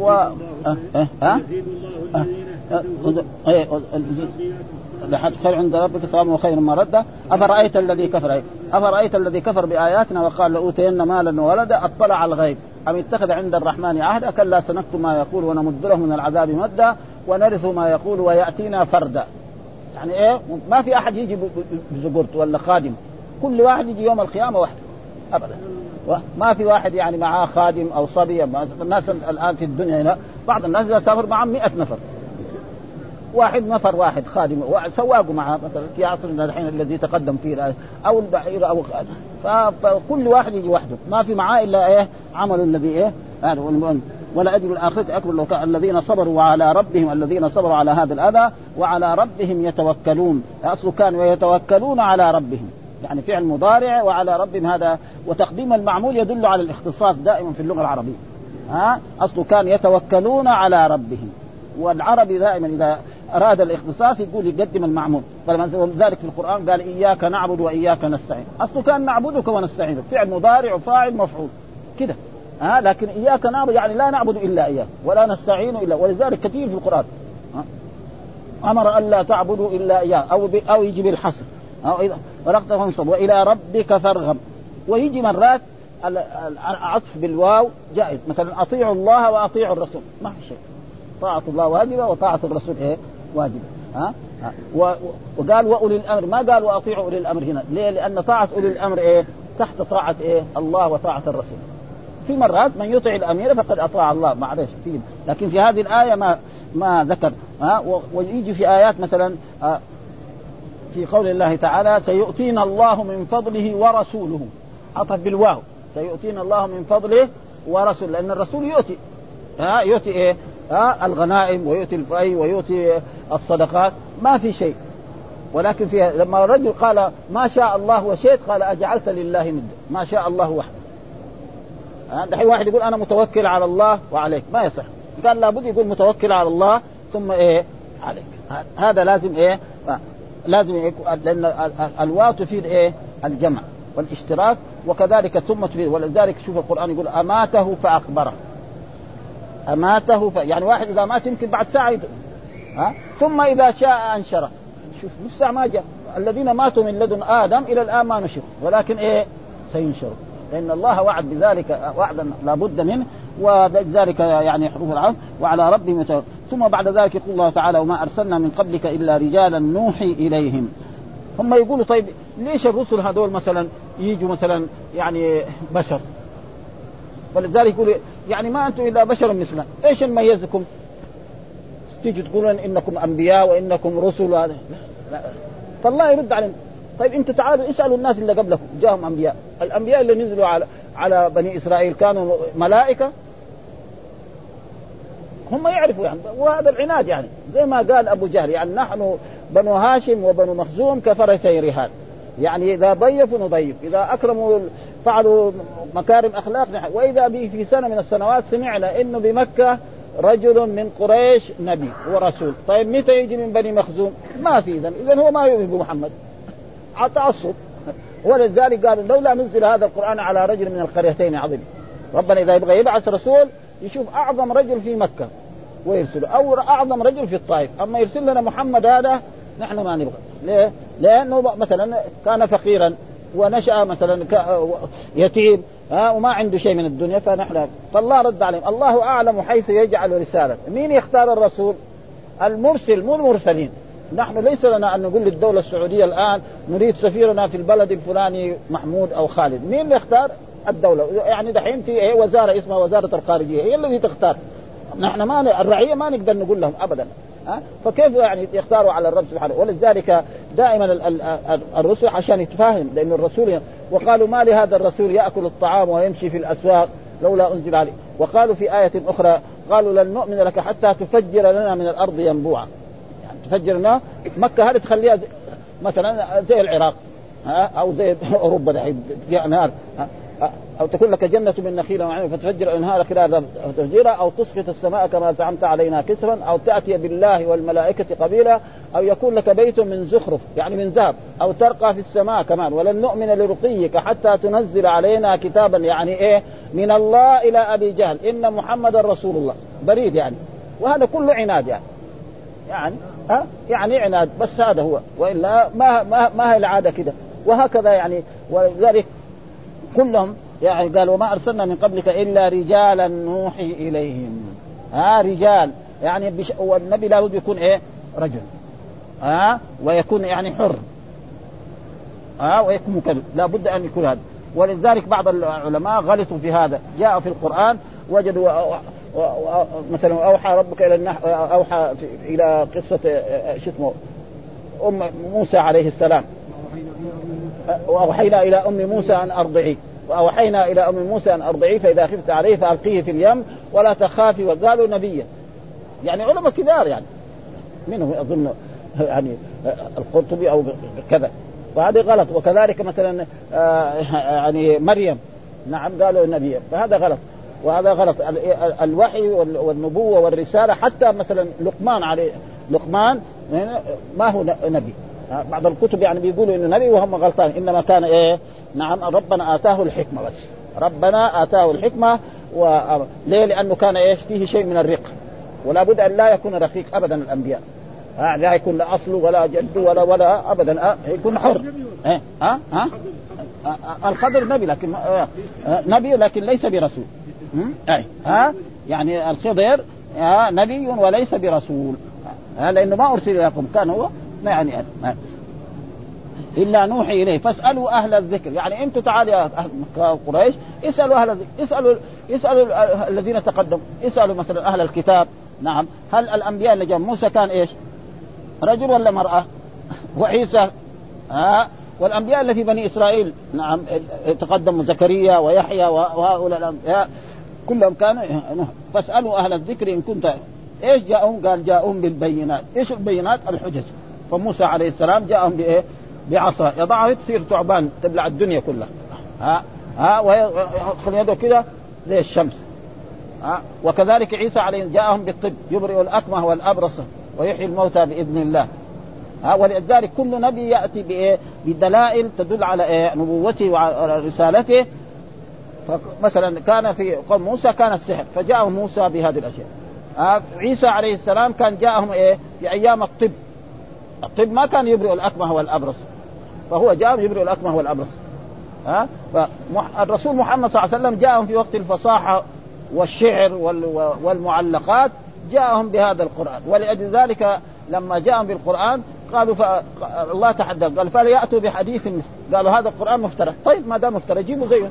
لحد خير عند ربك ثواب وخير مردا. أفرأيت الذي كفر بآياتنا وقال لأوتين مالا وولدا أطلع على الغيب أم اتخذ عند الرحمن عهدا كلا سنكتب ما يقول ونمد له من العذاب مدا ونرث ما يقول ويأتينا فردا. يعني إيه ما في أحد يجي بزبرت ولا خادم، كل واحد يجي يوم القيامة وحده أبدا. ما في واحد يعني معاه خادم أو صبي. الناس الآن في الدنيا هنا بعض الناس سافر معهم 100 نفر، واحد نفر واحد خادم سواقوا معه مثلا في عصرنا الحين الذي تقدم فيه أو البعير أو فكل واحد يجي وحده ما في معاه إلا إيه عمل الذي إيه هذا. ولا أجر الآخرة أكبر لو كان الذين صبروا وعلى ربهم الذين صبروا على هذا الأذى وعلى ربهم يتوكلون. أصل كانوا يتوكلون على ربهم يعني فعل مضارع وعلى ربهم هذا، وتقديم المعمول يدل على الاختصاص دائما في اللغة العربية. أصل كان يتوكلون على ربهم، والعربي دائما إذا أراد الاختصاص يقول يقدم المعمول. ولذلك في القرآن قال إياك نعبد وإياك نستعين. أصل كان نعبدك ونستعين فعل مضارع وفاعل مفعول كده. لكن إياك نعبد يعني لا نعبد إلا إياه ولا نستعين إلا، ولذلك كثير في القرآن أمر أن لا تعبدوا إلا إياه أو يجي بالحصر أو إذا ورقت فانصب وإلى ربك فارغب. ويجي مرات العطف بالواو جائز، مثلا أطيعوا الله وأطيعوا الرسول ما في شيء، طاعة الله واجبة وطاعة الرسول إيه واجبة. وقال وأولي الأمر، ما قال وأطيعوا أولي الأمر هنا. ليه؟ لأن طاعة أولي الأمر إيه تحت طاعة إيه الله وطاعة الرسول. في مرات من يطيع الأمير فقد أطاع الله معلش فيه، لكن في هذه الآية ما ذكر. ويجي في آيات مثلا في قول الله تعالى سيؤتينا الله من فضله ورسوله، عطف بالواو سيؤتينا الله من فضله ورسوله، لأن الرسول يؤتي إيه الغنائم ويؤتي الفي ويؤتي الصدقات، ما في شيء. ولكن فيها لما الرجل قال ما شاء الله وشئت قال أجعلت لله ند، ما شاء الله وحده. دحين واحد يقول أنا متوكل على الله وعليك، ما يصح. قال لابد يقول متوكل على الله ثم عليك. هذا لازم لازم لأن الواو تفيد الجمع والاشتراك، وكذلك ثم تفيد. ولذلك شوف القرآن يقول أماته فأقبره. أماته يعني واحد إذا مات يمكن بعد ساعة ثم إذا شاء أنشره. شوف نص ساعة ما جاء. الذين ماتوا من لدن آدم إلى الآن ما نشروا، ولكن سينشروا، لأن الله وعد بذلك وعدا لا بد منه. وذلك يعني حروف العطف وعلى ربهم ثم بعد ذلك يقول الله تعالى وما أرسلنا من قبلك إلا رجالا نوحي إليهم. هم يقولوا طيب ليش الرسل هذول مثلا يجوا مثلا يعني بشر؟ ولذلك يقولوا يعني ما أنتم إلا بشر مثلنا، إيش نميزكم؟ تيجوا تقولون إنكم أنبياء وإنكم رسل. هذا فالله يرد عليهم طيب أنتم تعالوا اسألوا الناس اللي قبلكم جاءهم أنبياء. الأنبياء اللي نزلوا على بني إسرائيل كانوا ملائكة؟ هم يعرفوا يعني. وهذا العناد يعني زي ما قال أبو جهل يعني نحن بنو هاشم وبنو مخزوم كفرسي رهان، يعني إذا ضيفوا نضيف، إذا أكرموا فعلوا مكارم أخلاق. وإذا به في سنة من السنوات سمعنا إنه بمكة رجل من قريش نبي ورسول. طيب متى يجي من بني مخزوم؟ ما في. إذن هو ما يؤمن بمحمد، تعصب. ولذلك قال لولا نزل هذا القرآن على رجل من القريتين عظيم. ربنا إذا يبغى يبعث رسول يشوف أعظم رجل في مكة ويرسله، أو أعظم رجل في الطائف. أما يرسل لنا محمد هذا نحن ما نبغى. ليه؟ لأنه مثلا كان فقيرا ونشأ مثلا يتيم وما عنده شيء من الدنيا. فالله رد عليهم الله أعلم حيث يجعل رسالة. مين يختار الرسول؟ المرسل مو المرسلين. نحن ليس لنا أن نقول للدولة السعودية الآن نريد سفيرنا في البلد الفلاني محمود أو خالد. مين يختار؟ الدولة. يعني دحين في وزارة اسمها وزارة الخارجية هي التي تختار. نحن ما الرعية ما نقدر نقول لهم أبدا. فكيف يعني يختاروا على الرب سبحانه؟ ولذلك دائما الرسل عشان يتفاهم، لأن الرسول وقالوا ما لهذا الرسول يأكل الطعام ويمشي في الأسواق لولا أنزل عليه. وقالوا في آية أخرى قالوا لن نؤمن لك حتى تفجر لنا من الأرض ينبوعا. يعني تفجر لنا مكة هذه تخليها مثلا زي العراق أو زي أوروبا دحين جاء نهار أو تكون لك جنة من نخيل وعنب فتفجر الأنهار خلالها تفجيرا، أو تسقط السماء كما زعمت علينا كسفا، أو تأتي بالله والملائكة قبيلا، أو يكون لك بيت من زخرف يعني من ذهب، أو ترقى في السماء كمان. ولن نؤمن لرقيك حتى تنزل علينا كتابا يعني من الله إلى أبي جهل إن محمد رسول الله بريد يعني. وهذا كله عناد يعني عناد بس هذا هو، وإلا ما هي العادة كده. وهكذا يعني. ولذلك كلهم يعني قالوا ما أرسلنا من قبلك إلا رجالا نوحي إليهم. رجال يعني والنبي لابد يكون رجل ويكون يعني حر ويكون مكلف، لابد أن يكون هذا. ولذلك بعض العلماء غلطوا في هذا. جاء في القرآن وجدوا مثلا أوحى ربك أوحى إلى قصة أم موسى عليه السلام، وأوحينا إلى أم موسى أن أرضعيه، وأوحينا إلى أم موسى أن أرضعيه فإذا خفت عليه فألقيه في اليم ولا تخافي. وقالوا نبيا يعني علماء كبار يعني منهم أظن يعني القرطبي أو كذا، وهذا غلط. وكذلك مثلا يعني مريم نعم قالوا نبيا، فهذا غلط وهذا غلط. الوحي والنبوة والرسالة حتى مثلا لقمان ما هو نبي. بعض الكتب يعني بيقولوا إنه نبي وهم غلطان، إنما كان نعم ربنا آتاه الحكمة بس. ربنا آتاه الحكمة ليه؟ لأنه كان فيه شيء من الرق، ولا بد أن لا يكون رقيق أبدا. الأنبياء لا يكون لا أصل ولا جد ولا أبدا، يكون حر. الخضر نبي لكن نبي لكن ليس برسول. يعني الخضر نبي وليس برسول، لأنه ما أرسل لكم، كان هو ما يعني إلا نوحي إليه فاسألوا أهل الذكر. يعني أنتم تعالوا يا أهل قريش اسألوا أهل الذكر، اسألوا الذين تقدموا، اسألوا مثلا أهل الكتاب. نعم هل الأنبياء اللي جاء موسى كان رجل ولا مرأة؟ وعيسى والأنبياء اللي في بني إسرائيل نعم تقدموا زكريا ويحيى وهؤلاء الأنبياء كلهم كانوا. فاسألوا أهل الذكر إن كنت إيش جاءهم؟ قال جاءهم بالبينات. إيش البينات؟ الحجج. فموسى عليه السلام جاءهم بإيه؟ بعصا يضعها تصير ثعبان تبلع الدنيا كلها، ويدخل يده كده زي الشمس. وكذلك عيسى عليه جاءهم بالطب يبرئ الأكمه والأبرص ويحيي الموتى بإذن الله. ولذلك كل نبي يأتي بإيه؟ بدلائل تدل على إيه؟ نبوته وعلى رسالته. مثلا كان في قوم موسى كان السحر فجاءهم موسى بهذه الأشياء. عيسى عليه السلام كان جاءهم إيه؟ في أيام الطب ما كان يبرئ الأكمه والأبرص، فهو جاءهم يبرئ الأكمه والأبرص. فالرسول محمد صلى الله عليه وسلم جاءهم في وقت الفصاحة والشعر والمعلقات، جاءهم بهذا القرآن. ولأجل ذلك لما جاءهم بالقرآن قالوا الله تحدى قال فليأتوا بحديث مثل. قالوا هذا القرآن مفترى. طيب ما دام مفترى جيبوا زيه.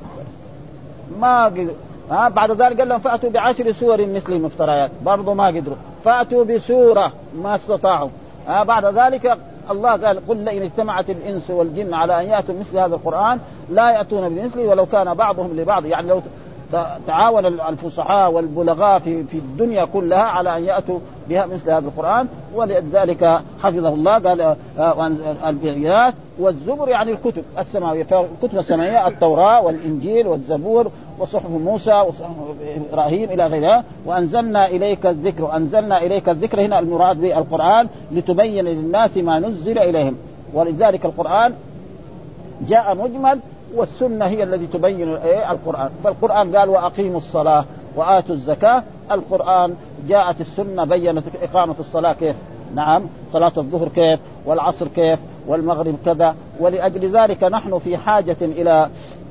ما قدروا. بعد ذلك قال لهم فأتوا ب10 سور مثل المفتريات، برضو ما قدروا. فأتوا بسورة ما استطاعوا. بعد ذلك الله قال قل لئن اجتمعت الإنس والجن على أن يأتوا مثل هذا القرآن لا يأتون بمثله ولو كان بعضهم لبعض. يعني لو تعاون الفصحاء والبلغاء في الدنيا كلها على أن يأتوا بها مثل هذا القرآن. ولذلك حفظه الله قال البينات والزبر يعني الكتب السماوية. فالكتب السماوية التوراة والإنجيل والزبور وصحف موسى وصحف إبراهيم إلى غيرها. وأنزلنا إليك الذكر هنا المراد بالقرآن لتبين للناس ما نزل إليهم. ولذلك القرآن جاء مجمل والسنة هي التي تبين القرآن. فالقرآن قال وأقيموا الصلاة وآتوا الزكاة. القرآن جاءت السنة بيّنت إقامة الصلاة كيف، نعم، صلاة الظهر كيف، والعصر كيف، والمغرب كذا. ولأجل ذلك نحن في حاجة إلى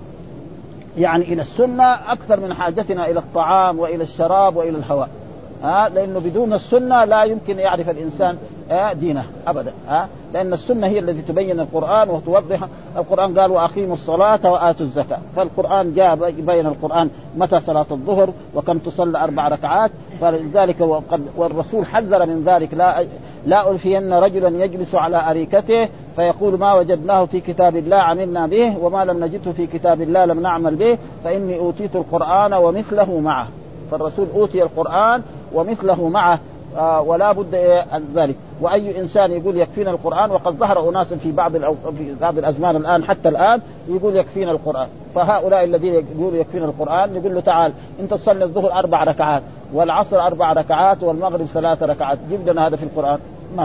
إلى السنة أكثر من حاجتنا إلى الطعام وإلى الشراب وإلى الهواء. لأنه بدون السنة لا يمكن يعرف الإنسان دينه أبدا. لأن السنة هي التي تبين القرآن وتوضح. القرآن قال وأقيموا الصلاة وآتوا الزكاة. فالقرآن جاء بين القرآن متى صلاة الظهر وكم تصلى 4 ركعات. فلذلك والرسول حذر من ذلك لا ألفين رجلا يجلس على أريكته فيقول ما وجدناه في كتاب الله عملنا به وما لم نجده في كتاب الله لم نعمل به فإني أوتيت القرآن ومثله معه. فالرسول أوتي القرآن ومثله معه ولا بد عن ذلك. وأي إنسان يقول يكفينا القرآن، وقد ظهر أناس في بعض الأزمان الآن حتى الآن يقول يكفينا القرآن. فهؤلاء الذين يقولوا يكفينا القرآن نقول له تعال أنت تصلي الظهر 4 ركعات والعصر 4 ركعات والمغرب 3 ركعات، جيب لنا هذا في القرآن. ما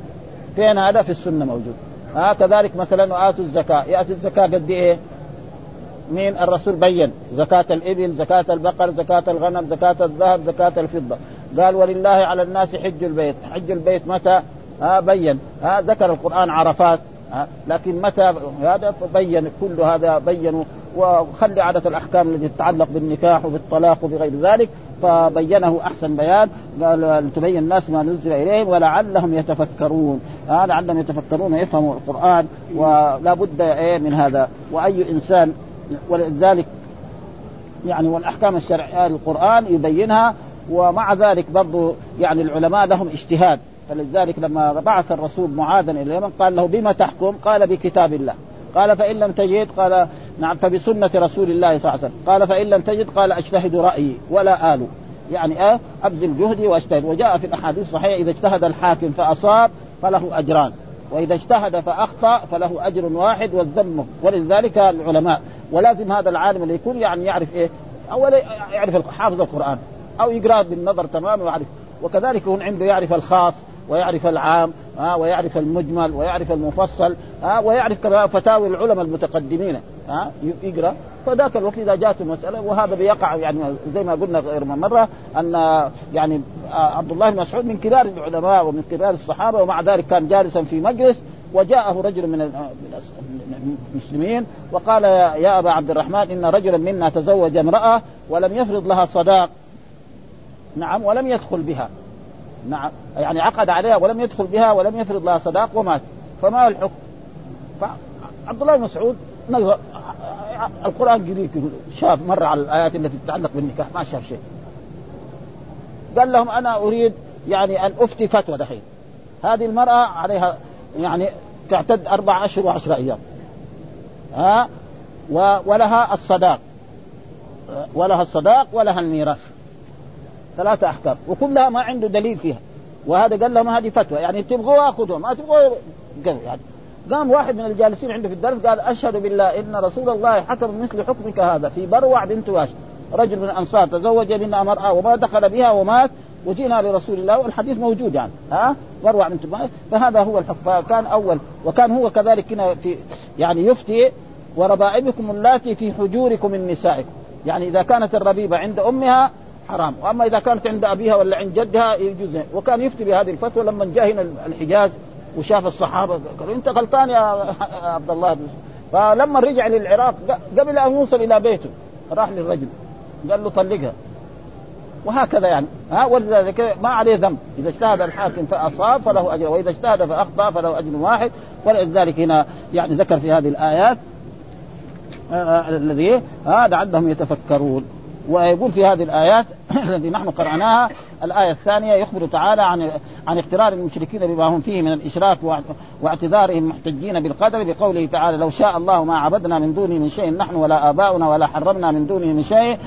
فين هذا؟ في السنة موجود. كذلك مثلا وآتوا الزكاة. يأتي الزكاة قد إيه؟ مين؟ الرسول بين زكاة الإبل، زكاة البقر، زكاة الغنم، زكاة الذهب، زكاة الفضة. قال ولله على الناس حج البيت. حج البيت متى؟ بين. ذكر القرآن عرفات، لكن متى هذا؟ بين كل هذا بينوا. وخلي عادة الأحكام التي تتعلق بالنكاح وبالطلاق وبغير ذلك فبينه أحسن بيان. قال لتبين الناس ما نزل إليهم ولعلهم يتفكرون. لعلهم يتفكرون يفهموا القرآن. ولا بد من هذا. وأي إنسان ولذلك والأحكام الشرعية القرآن يبينها. ومع ذلك برضو العلماء لهم اجتهاد. فلذلك لما بعث الرسول معاذا إلى اليمن قال له بما تحكم؟ قال بكتاب الله. قال فإن لم تجد؟ قال نعم فبسنة رسول الله صلى الله عليه وسلم. قال فإن لم تجد؟ قال أجتهد رأيي ولا آل، أبذل جهدي وأجتهد. وجاء في الأحاديث الصحيحة إذا اجتهد الحاكم فأصاب فله أجران، وإذا اجتهد فأخطأ فله أجر واحد والذم. ولذلك العلماء ولازم هذا العالم اللي يكون يعرف أولا يعرف حافظ القرآن أو يقرأ بالنظر تماما ويعرف. وكذلك يكون عنده يعرف الخاص ويعرف العام ويعرف المجمل ويعرف المفصل ويعرف كذا فتاوي العلماء المتقدمين يقرأ. فذاك الوقت إذا جاءت مسألة وهذا بيقع زي ما قلنا غير مرة أن عبد الله بن مسعود من كبار العلماء ومن كبار الصحابة، ومع ذلك كان جالسا في مجلس وجاءه رجل من المسلمين وقال يا أبا عبد الرحمن إن رجلا منا تزوج امرأة ولم يفرض لها صداق، نعم، ولم يدخل بها، نعم، عقد عليها ولم يدخل بها ولم يفرض لها صداق ومات، فما الحكم؟ فعبد الله بن مسعود نظر القرآن قريب شاف مرة على الآيات التي تتعلق بالنكاح ما شاف شيء. قال لهم أنا أريد أن أفتي فتوى دحين. هذه المرأة عليها تعتد 4 أشهر و10 أيام ولها الصداق ولها الميراث. 3 أحكام وكلها ما عنده دليل فيها، وهذا قال لهم هذه فتوى يعني تبغوا أخذهم ما تبغوا يعني. قام واحد من الجالسين عنده في الدرس قال أشهد بالله إن رسول الله حكم مثل حكمك هذا في بروع بنت واشد، رجل من الأنصار تزوج منها مرأة وما دخل بها ومات وجينا لرسول الله والحديث موجود يعني بروع بنت واشد. فهذا هو الحكم. كان أول وكان هو كذلك هنا في يعني يفتي وربائبكم اللاتي في حجوركم من نسائكم، يعني إذا كانت الربيبة عند أمها حرام، وأما إذا كانت عند أبيها ولا عند جدها يجوز. وكان يفتي بهذه الفتوى لما جاء هنا الحجاز وشاف الصحابة قالوا أنت غلطان يا عبد الله بن. فلما رجع للعراق قبل أن يوصل إلى بيته راح للرجل قال له طلقها، وهكذا يعني ولذلك ما عليه ذنب. إذا اجتهد الحاكم فأصاب فله أجر، وإذا اجتهد فأخطأ فله أجر واحد. ولذلك هنا يعني ذكر في هذه الآيات الذي لعلهم يتفكرون. ويقول في هذه الآيات التي نحن قرأناها الآية الثانية يخبر تعالى عن اقترار المشركين بما هم فيه من الإشراك واعتذارهم محتجين بالقدر بقوله تعالى لو شاء الله ما عبدنا من دونه من شيء نحن ولا آباؤنا ولا حرمنا من دونه من شيء،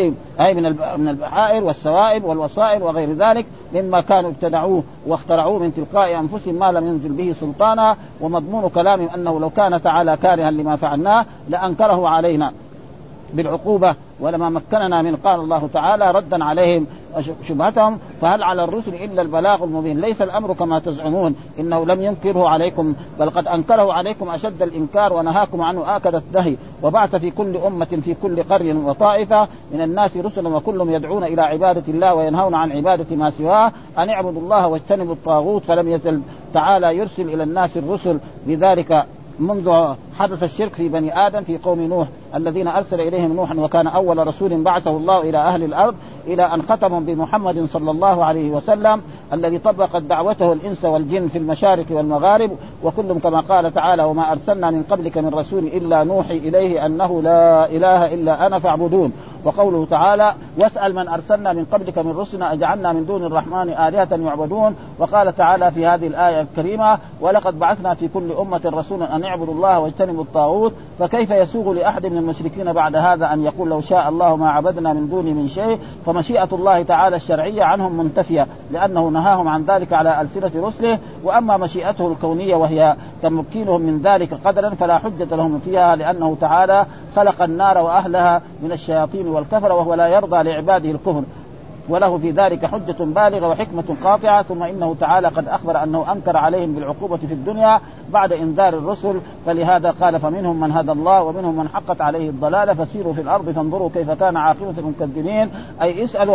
أي من البحائر والسوائب والوصائل وغير ذلك مما كانوا ابتدعوه واخترعوه من تلقاء أنفسهم ما لم ينزل به سلطانا. ومضمون كلامهم أنه لو كان تعالى كارها لما فعلناه لأنكره علينا بالعقوبة ولما مكننا من. قال الله تعالى ردا عليهم شبهتهم فهل على الرسل إلا البلاغ المبين ليس الأمر كما تزعمون إنه لم ينكره عليكم بل قد أنكره عليكم أشد الإنكار ونهاكم عنه آكد النهي. وبعث في كل أمة في كل قرية وطائفة من الناس رسلا وكلهم يدعون إلى عبادة الله وينهون عن عبادة ما سواه أن اعبدوا الله واجتنبوا الطاغوت. فلم يزل تعالى يرسل إلى الناس الرسل بذلك منذ حدث الشرك في بني آدم في قوم نوح الذين أرسل إليهم نوحا وكان أول رسول بعثه الله إلى أهل الأرض إلى أن ختمهم بمحمد صلى الله عليه وسلم الذي طبقت دعوته الإنس والجن في المشارق والمغارب وكلهم كما قال تعالى وما أرسلنا من قبلك من رسول إلا نوحي إليه أنه لا إله إلا أنا فاعبدون. وقوله تعالى واسأل من أرسلنا من قبلك من رسلنا أجعلنا من دون الرحمن آلهة يعبدون. وقال تعالى في هذه الآية الكريمة ولقد بعثنا في كل أمة رسولا أن اعبدوا الله واجتنبوا الطاغوت. فكيف يسوغ لأحد من المشركين بعد هذا أن يقول لو شاء الله ما عبدنا من دونه من شيء. فمشيئة الله تعالى الشرعية عنهم منتفية لأنه نهاهم عن ذلك على ألسنة رسله. وأما مشيئته الكونية وهي تمكينهم من ذلك قدرا فلا حجة لهم فيها لأنه تعالى خلق النار وأهلها من الشياطين والكفر وهو لا يرضى لعباده الكفر وله في ذلك حجة بالغة وحكمة قاطعة. ثم إنه تعالى قد أخبر أنه أنكر عليهم بالعقوبة في الدنيا بعد إنذار الرسل فلهذا قال فمنهم من هدى الله ومنهم من حقت عليه الضلالة فسيروا في الأرض فانظروا كيف كان عاقبة المكذبين. أي اسألوا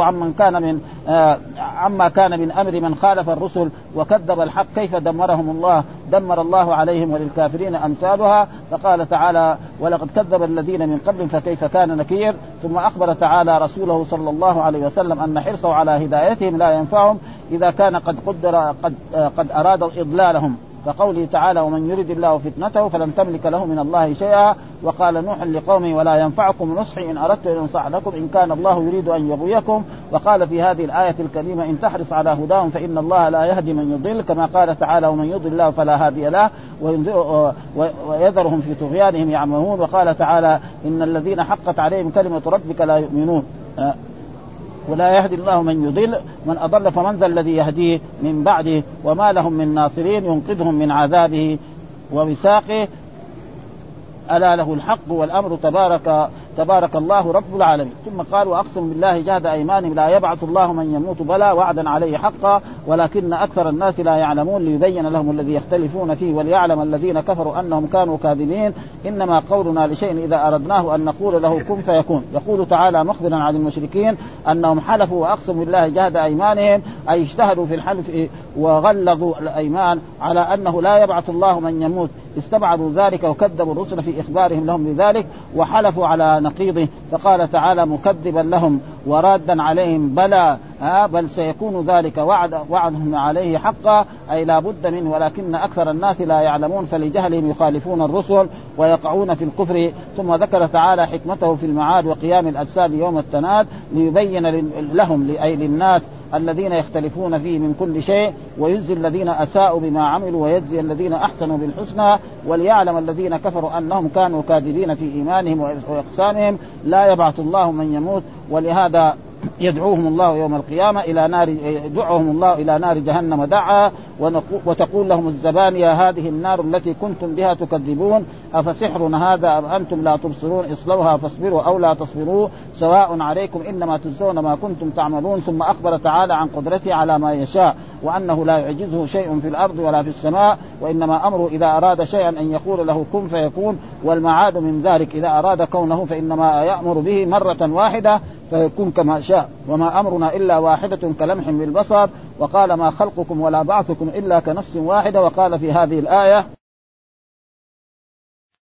عما كان من أمر من خالف الرسل وكذب الحق كيف دمرهم الله دمر الله عليهم وللكافرين أمثالها. فقال تعالى ولقد كذب الذين من قبل فكيف كان نكير. ثم أخبر تعالى رسوله صلى الله عليه وسلم أن حرصه على هدايتهم لا ينفعهم إذا كان قد أراد إضلالهم فقوله تعالى ومن يرد الله فتنته فلن تملك له من الله شيئا. وقال نوح لقومه ولا ينفعكم نصحي إن أردت أن أنصح لكم إن كان الله يريد أن يغويكم. وقال في هذه الآية الكريمة إن تحرص على هداهم فإن الله لا يهدي من يضل كما قال تعالى ومن يضل الله فلا هادي له ويذرهم في طغيانهم يعمهون. وقال تعالى إن الذين حقت عليهم كلمة ربك لا يؤمنون ولا يهدي الله من يضل من أضل فمن ذا الذي يهديه من بعده وما لهم من ناصرين ينقذهم من عذابه ووثاقه ألا له الحق والأمر تبارك الله رب العالمين. ثم قال وأقسم بالله جهد أيمانهم لا يبعث الله من يموت بلى وعدا عليه حقا ولكن أكثر الناس لا يعلمون ليبين لهم الذي يختلفون فيه وليعلم الذين كفروا أنهم كانوا كاذبين. إنما قولنا لشيء إذا أردناه أن نقول له كن فيكون. يقول تعالى مخبرا عن المشركين أنهم حلفوا وأقسموا بالله جهد أيمانهم أي اجتهدوا في الحلف وغلظوا الأيمان على أنه لا يبعث الله من يموت استبعدوا ذلك وكذبوا الرسل في إخبارهم لهم بذلك وحلفوا على نقيضه. فقال تعالى مكذبا لهم ورادا عليهم بلى بل سيكون ذلك وعدهم عليه حقا أي لا بد منه ولكن أكثر الناس لا يعلمون فلجهلهم يخالفون الرسل ويقعون في الكفر. ثم ذكر تعالى حكمته في المعاد وقيام الأجساد يوم التناد ليبين لهم أي للناس الذين يختلفون فيه من كل شيء ويجزي الذين أساءوا بما عملوا ويجزي الذين أحسنوا بالحسنى وليعلم الذين كفروا أنهم كانوا كاذبين في إيمانهم وإقسامهم لا يبعث الله من يموت. ولهذا يدعوهم الله يوم القيامة إلى نار، يدعوهم الله إلى نار جهنم دعا، وتقول لهم الزبانية هذه النار التي كنتم بها تكذبون أفسحر هذا أم أنتم لا تبصرون اصلوها فاصبروا أو لا تصبروا سواء عليكم إنما تجزون ما كنتم تعملون. ثم أخبر تعالى عن قدرته على ما يشاء وأنه لا يعجزه شيء في الأرض ولا في السماء، وإنما أمره إذا أراد شيئا أن يقول له كن فيكون، والمعاد من ذلك إذا أراد كونه فإنما يأمر به مرة واحدة فيكون كما شاء. وما أمرنا إلا واحدة كلمح بالبصر. وقال ما خلقكم ولا بعثكم إلا كنفس واحدة. وقال في هذه الآية